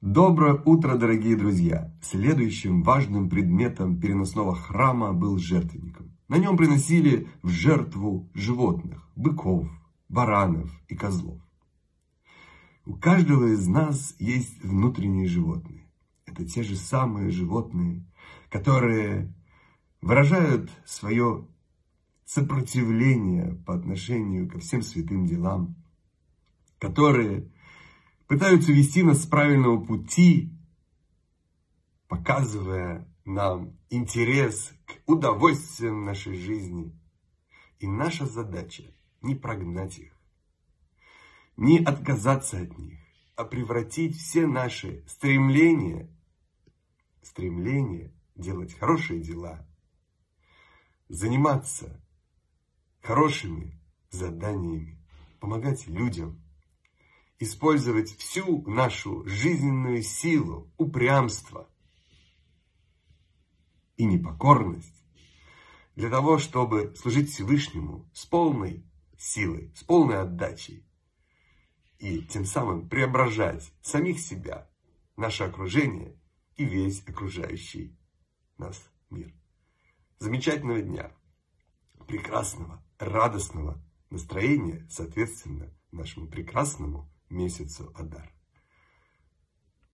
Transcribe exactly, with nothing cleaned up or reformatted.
Доброе утро, дорогие друзья! Следующим важным предметом переносного храма был жертвенником. На нем приносили в жертву животных, быков, баранов и козлов. У каждого из нас есть внутренние животные. Это те же самые животные, которые выражают свое сопротивление по отношению ко всем святым делам, которые пытаются вести нас с правильного пути, показывая нам интерес к удовольствиям нашей жизни. И наша задача не прогнать их, не отказаться от них, а превратить все наши стремления, стремления делать хорошие дела, заниматься хорошими заданиями, помогать людям, использовать всю нашу жизненную силу, упрямство и непокорность для того, чтобы служить Всевышнему с полной силой, с полной отдачей и тем самым преображать самих себя, наше окружение и весь окружающий нас мир. Замечательного дня, прекрасного, радостного настроения, соответственно, нашему прекрасному месяцу Адар.